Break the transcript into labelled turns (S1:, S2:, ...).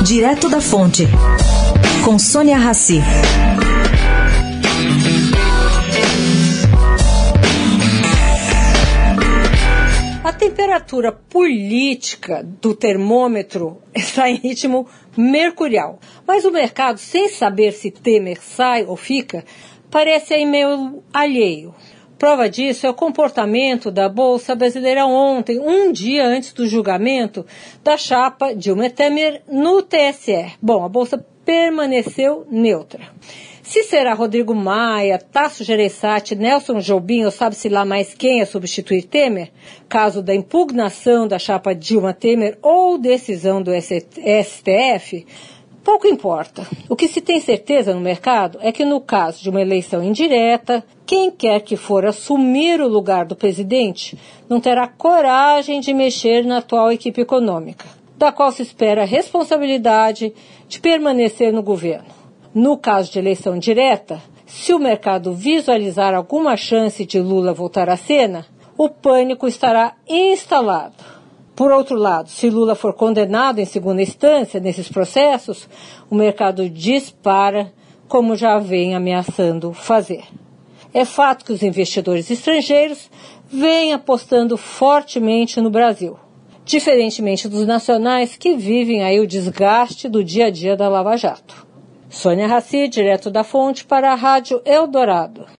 S1: Direto da Fonte, com Sônia Rassi.
S2: A temperatura política do termômetro está em ritmo mercurial, mas o mercado, sem saber se Temer sai ou fica, parece aí meio alheio. Prova disso é o comportamento da Bolsa Brasileira ontem, um dia antes do julgamento da chapa Dilma Temer no TSE. Bom, a Bolsa permaneceu neutra. Se será Rodrigo Maia, Tasso Gereissati, Nelson Jobim ou sabe-se lá mais quem a substituir Temer, caso da impugnação da chapa Dilma Temer ou decisão do STF, pouco importa. O que se tem certeza no mercado é que no caso de uma eleição indireta, quem quer que for assumir o lugar do presidente não terá coragem de mexer na atual equipe econômica, da qual se espera a responsabilidade de permanecer no governo. No caso de eleição direta, se o mercado visualizar alguma chance de Lula voltar à cena, o pânico estará instalado. Por outro lado, se Lula for condenado em segunda instância nesses processos, o mercado dispara, como já vem ameaçando fazer. É fato que os investidores estrangeiros vêm apostando fortemente no Brasil, diferentemente dos nacionais que vivem aí o desgaste do dia a dia da Lava Jato. Sônia Rassi, direto da Fonte, para a Rádio Eldorado.